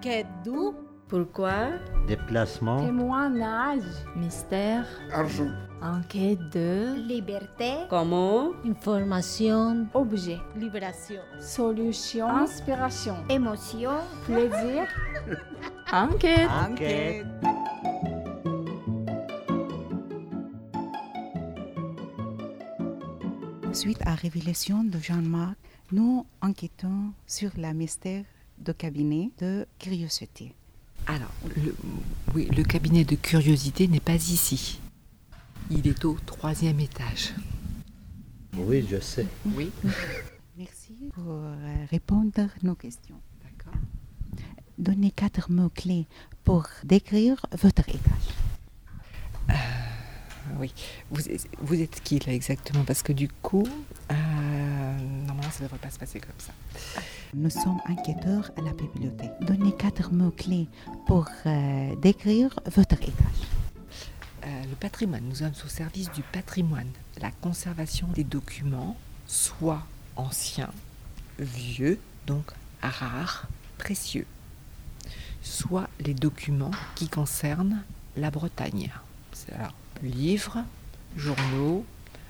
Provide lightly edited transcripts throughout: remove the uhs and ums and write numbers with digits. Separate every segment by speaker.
Speaker 1: Enquête d'où?
Speaker 2: Pourquoi?
Speaker 3: Déplacement.
Speaker 1: Témoignage.
Speaker 2: Mystère.
Speaker 4: Argent.
Speaker 2: Enquête de.
Speaker 5: Liberté.
Speaker 2: Comment?
Speaker 5: Information.
Speaker 1: Objet.
Speaker 5: Libération.
Speaker 1: Solution. Inspiration.
Speaker 5: Émotion.
Speaker 1: Plaisir.
Speaker 2: Enquête.
Speaker 3: Enquête.
Speaker 6: Suite à la révélation de Jean-Marc, nous enquêtons sur le mystère de cabinet de curiosité.
Speaker 7: Alors, le cabinet de curiosité n'est pas ici. Il est au 3e étage.
Speaker 3: Oui, je sais.
Speaker 7: Oui.
Speaker 6: Merci pour répondre à nos questions.
Speaker 7: D'accord.
Speaker 6: Donnez 4 mots-clés pour décrire votre étage.
Speaker 7: Oui. Vous êtes qui là exactement? Parce que du coup, normalement ça ne devrait pas se passer comme ça.
Speaker 6: Nous sommes enquêteurs à la bibliothèque. Donnez 4 mots-clés pour décrire votre étage.
Speaker 7: Le patrimoine, nous sommes au service du patrimoine, la conservation des documents, soit anciens, vieux, donc rares, précieux, soit les documents qui concernent la Bretagne. C'est alors livres, journaux,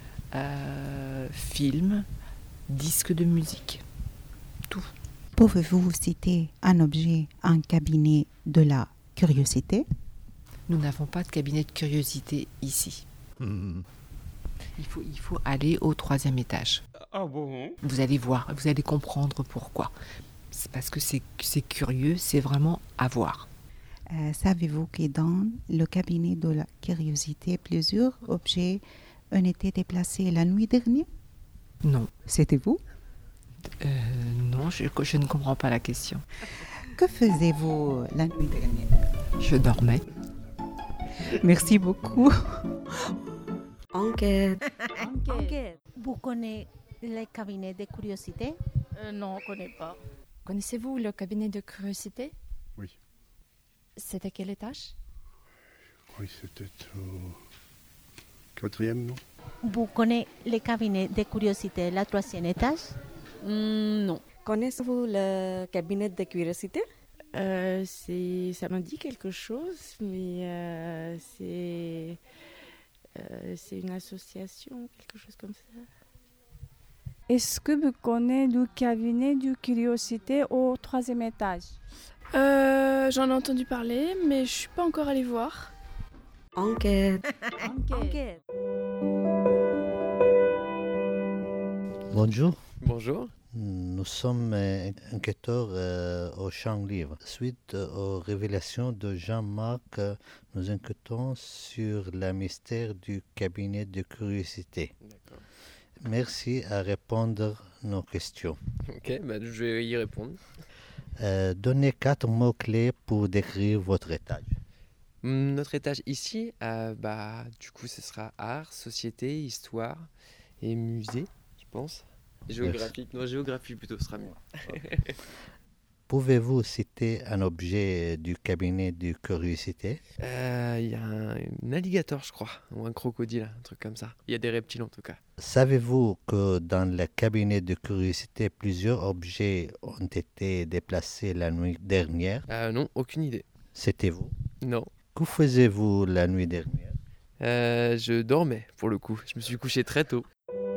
Speaker 7: films, disques de musique, tout.
Speaker 6: Pouvez-vous citer un objet, un cabinet de la curiosité?
Speaker 7: Nous n'avons pas de cabinet de curiosité ici. Il faut aller au 3e étage.
Speaker 4: Ah bon?
Speaker 7: Vous allez voir, vous allez comprendre pourquoi. C'est parce que c'est curieux, c'est vraiment à voir.
Speaker 6: Savez-vous que dans le cabinet de la curiosité, plusieurs objets ont été déplacés la nuit dernière?
Speaker 7: Non.
Speaker 6: C'était vous?
Speaker 7: Non, je ne comprends pas la question.
Speaker 6: Que faisiez-vous la nuit dernière?
Speaker 7: Je dormais.
Speaker 6: Merci beaucoup.
Speaker 2: Enquête.
Speaker 5: Enquête. Vous connaissez les cabinets de curiosité?
Speaker 1: Non, on ne connaît pas.
Speaker 8: Connaissez-vous le cabinet de curiosité?
Speaker 4: Oui.
Speaker 8: C'est à quel étage?
Speaker 4: Oui, c'était au 4e, non?
Speaker 5: Vous connaissez les cabinets de curiosité, la 3e étage?
Speaker 2: Non. Connaissez-vous le cabinet de curiosité?
Speaker 9: Ça me dit quelque chose, mais c'est une association, quelque chose comme ça.
Speaker 1: Est-ce que vous connaissez le cabinet de curiosité au 3e étage?
Speaker 8: J'en ai entendu parler, mais je suis pas encore allée voir.
Speaker 2: Enquête.
Speaker 5: Enquête.
Speaker 3: Bonjour.
Speaker 4: Bonjour.
Speaker 3: Nous sommes enquêteurs au Champ Livre. Suite aux révélations de Jean-Marc, nous enquêtons sur le mystère du cabinet de curiosité.
Speaker 4: D'accord.
Speaker 3: Merci à répondre à nos questions.
Speaker 10: Ok, je vais y répondre.
Speaker 3: Donnez 4 mots-clés pour décrire votre étage.
Speaker 10: Notre étage ici, du coup, ce sera art, société, histoire et musée, je pense. Géographique, non, géographie plutôt, ce sera mieux.
Speaker 3: Pouvez-vous citer un objet du cabinet de curiosité?
Speaker 10: Il y a un alligator, je crois, ou un crocodile, un truc comme ça. Il y a des reptiles en tout cas.
Speaker 3: Savez-vous que dans le cabinet de curiosité, plusieurs objets ont été déplacés la nuit dernière?
Speaker 10: Non, aucune idée.
Speaker 3: C'était vous?
Speaker 10: Non.
Speaker 3: Que faisiez-vous la nuit dernière?
Speaker 10: Je dormais, pour le coup. Je me suis couché très tôt.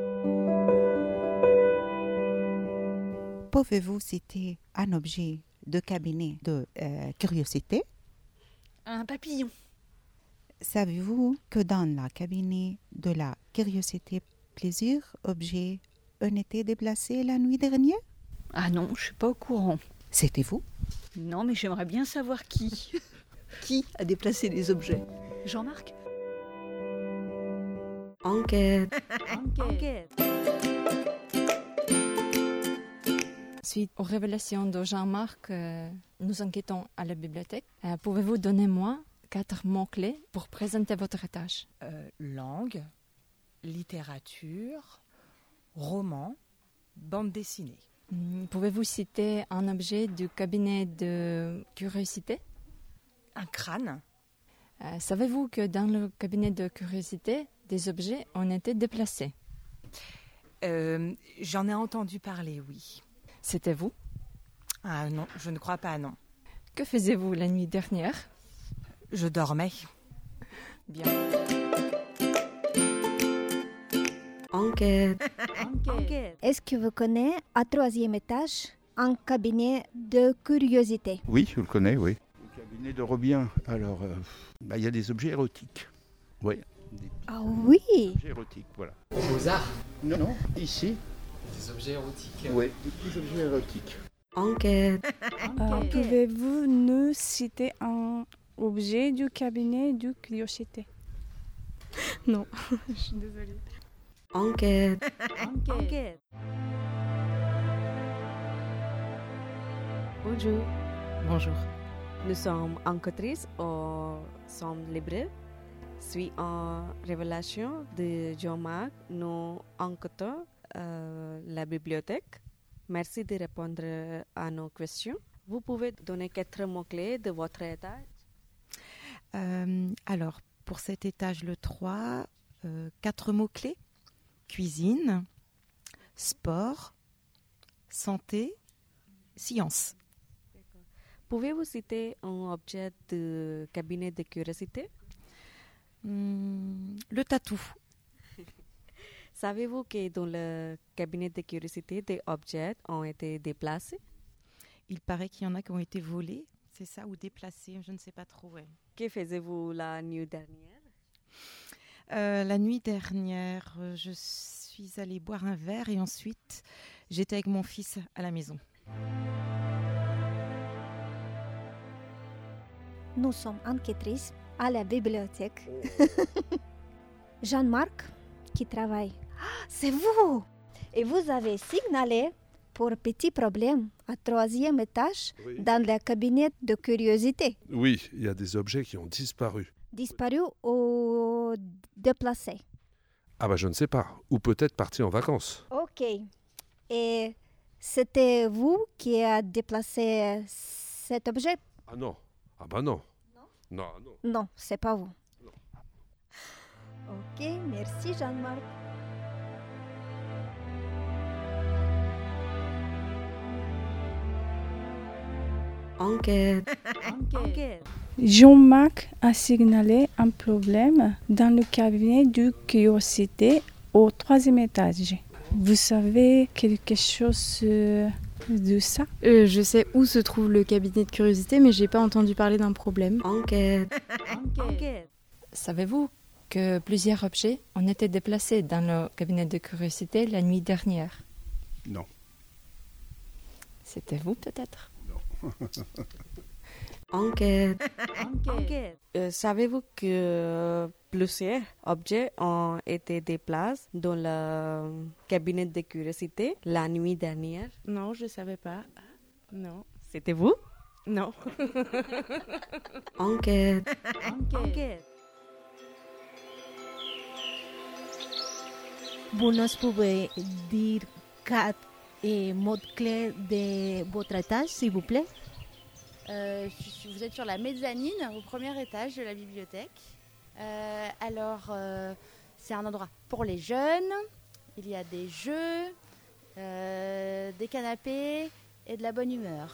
Speaker 6: Pouvez-vous citer un objet de cabinet de curiosité?
Speaker 8: Un papillon.
Speaker 6: Savez-vous que dans le cabinet de la curiosité, plusieurs objets ont été déplacés la nuit dernière?
Speaker 11: Ah non, je suis pas au courant.
Speaker 6: C'était vous?
Speaker 11: Non, mais j'aimerais bien savoir qui. Qui a déplacé les objets? Jean-Marc?
Speaker 2: Enquête.
Speaker 5: Enquête.
Speaker 8: Suite aux révélations de Jean-Marc, nous enquêtons à la bibliothèque. Pouvez-vous donner moi 4 mots-clés pour présenter votre étage?
Speaker 12: Langue, littérature, roman, bande dessinée.
Speaker 8: Pouvez-vous citer un objet du cabinet de curiosité?
Speaker 12: Un crâne.
Speaker 8: Savez-vous que dans le cabinet de curiosité, des objets ont été déplacés?
Speaker 12: J'en ai entendu parler, oui.
Speaker 8: C'était vous?
Speaker 12: Ah non, je ne crois pas, non.
Speaker 8: Que faisiez-vous la nuit dernière?
Speaker 12: Je dormais.
Speaker 8: Bien.
Speaker 2: Enquête.
Speaker 5: Est-ce que vous connaissez à troisième étage un cabinet de curiosité?
Speaker 4: Oui, je le connais, oui. Le cabinet de Robien. Alors, il y a des objets érotiques. Oui.
Speaker 5: Ah oui.
Speaker 4: Objets érotiques, voilà.
Speaker 10: Aux Beaux-Arts?
Speaker 4: Non, ici.
Speaker 10: Des objets érotiques.
Speaker 4: Oui, des petits objets érotiques.
Speaker 2: Enquête.
Speaker 1: Pouvez-vous nous citer un objet du cabinet de curiosité?
Speaker 9: Non, je suis désolée.
Speaker 2: Enquête. Bonjour. Bonjour. Nous sommes enquêtrices au Centre libre. Suis en révélation de Jean-Marc. Nous enquêtons la bibliothèque. Merci de répondre à nos questions. Vous pouvez donner 4 mots-clés de votre étage?
Speaker 6: Alors, pour cet étage, le 3, 4 mots-clés. Cuisine, sport, santé, science.
Speaker 2: Pouvez-vous citer un objet de cabinet de curiosité?
Speaker 6: Le tatou.
Speaker 2: Savez-vous que dans le cabinet de curiosité, des objets ont été déplacés?
Speaker 6: Il paraît qu'il y en a qui ont été volés, c'est ça, ou déplacés, je ne sais pas trop. Ouais.
Speaker 2: Que faisiez-vous la nuit dernière?
Speaker 6: La nuit dernière, je suis allée boire un verre et ensuite j'étais avec mon fils à la maison.
Speaker 5: Nous sommes enquêtrices à la bibliothèque. Jean-Marc qui travaille. Ah, c'est vous! Et vous avez signalé pour petit problème à 3e étage dans le cabinet de curiosité.
Speaker 13: Oui, il y a des objets qui ont disparu.
Speaker 5: Disparu ou déplacé?
Speaker 13: Ah je ne sais pas. Ou peut-être partis en vacances.
Speaker 5: Ok. Et c'était vous qui a déplacé cet objet?
Speaker 13: Ah non. Ah non. Non.
Speaker 5: Non, c'est pas vous. Non. Ok, merci Jean-Marc.
Speaker 2: Enquête.
Speaker 1: Jean-Marc a signalé un problème dans le cabinet de curiosité au 3e étage. Vous savez quelque chose de ça?
Speaker 9: Je sais où se trouve le cabinet de curiosité, mais j'ai pas entendu parler d'un problème.
Speaker 2: Enquête.
Speaker 8: Savez-vous que plusieurs objets ont été déplacés dans le cabinet de curiosité la nuit dernière?
Speaker 4: Non.
Speaker 8: C'était vous peut-être?
Speaker 4: Non.
Speaker 2: Enquête. Savez-vous que plusieurs objets ont été déplacés dans le cabinet de curiosité la nuit dernière?
Speaker 9: Non, je savais pas. Non.
Speaker 2: C'était vous?
Speaker 9: Non.
Speaker 2: Enquête.
Speaker 5: Vous nous pouvez dire 4 mots-clés de votre étage, s'il vous plaît?
Speaker 14: Vous êtes sur la mezzanine, au premier étage de la bibliothèque. C'est un endroit pour les jeunes. Il y a des jeux, des canapés et de la bonne humeur.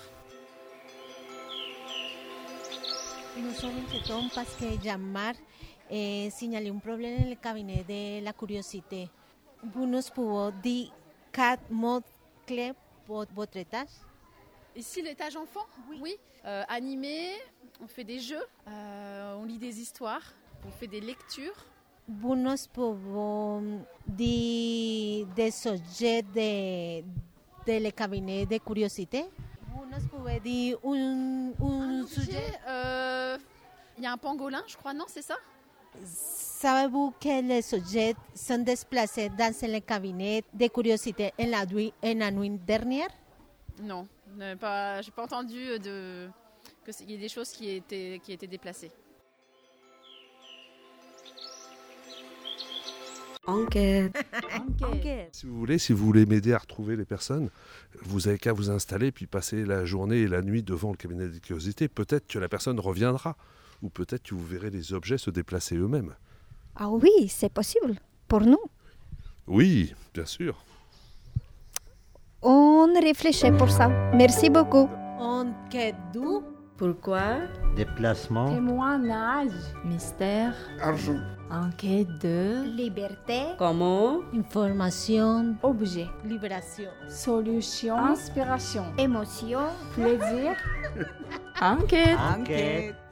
Speaker 5: Nous sommes inquiétants parce que Jean-Marc a signalé un problème dans le cabinet de la curiosité. Vous nous pouvez dire 4 mots-clés pour votre étage?
Speaker 14: Ici, l'étage enfant? Oui. Animé, on fait des jeux, on lit des histoires, on fait des lectures.
Speaker 5: Vous nous pouvez dire des objets de le cabinet de curiosité? Vous nous pouvez dire un sujet?
Speaker 14: Il y a un pangolin, je crois, non, c'est ça?
Speaker 5: Savez-vous que les objets sont déplacés dans le cabinet de curiosité en la nuit dernière?
Speaker 14: Non, j'ai pas entendu qu'il y ait des choses qui étaient déplacées.
Speaker 2: Enquête.
Speaker 13: Si vous voulez m'aider à retrouver les personnes, vous avez qu'à vous installer puis passer la journée et la nuit devant le cabinet de curiosité. Peut-être que la personne reviendra, ou peut-être que vous verrez les objets se déplacer eux-mêmes.
Speaker 5: Ah oui, c'est possible, pour nous.
Speaker 13: Oui, bien sûr.
Speaker 5: On réfléchit pour ça. Merci beaucoup.
Speaker 6: Enquête d'où?
Speaker 2: Pourquoi?
Speaker 3: Déplacement.
Speaker 1: Témoignage.
Speaker 8: Mystère.
Speaker 4: Argent.
Speaker 8: Enquête de.
Speaker 5: Liberté.
Speaker 2: Comment?
Speaker 5: Information.
Speaker 1: Objet.
Speaker 5: Libération.
Speaker 1: Solution. Inspiration.
Speaker 14: Émotion.
Speaker 1: Plaisir.
Speaker 8: Enquête.
Speaker 3: Enquête.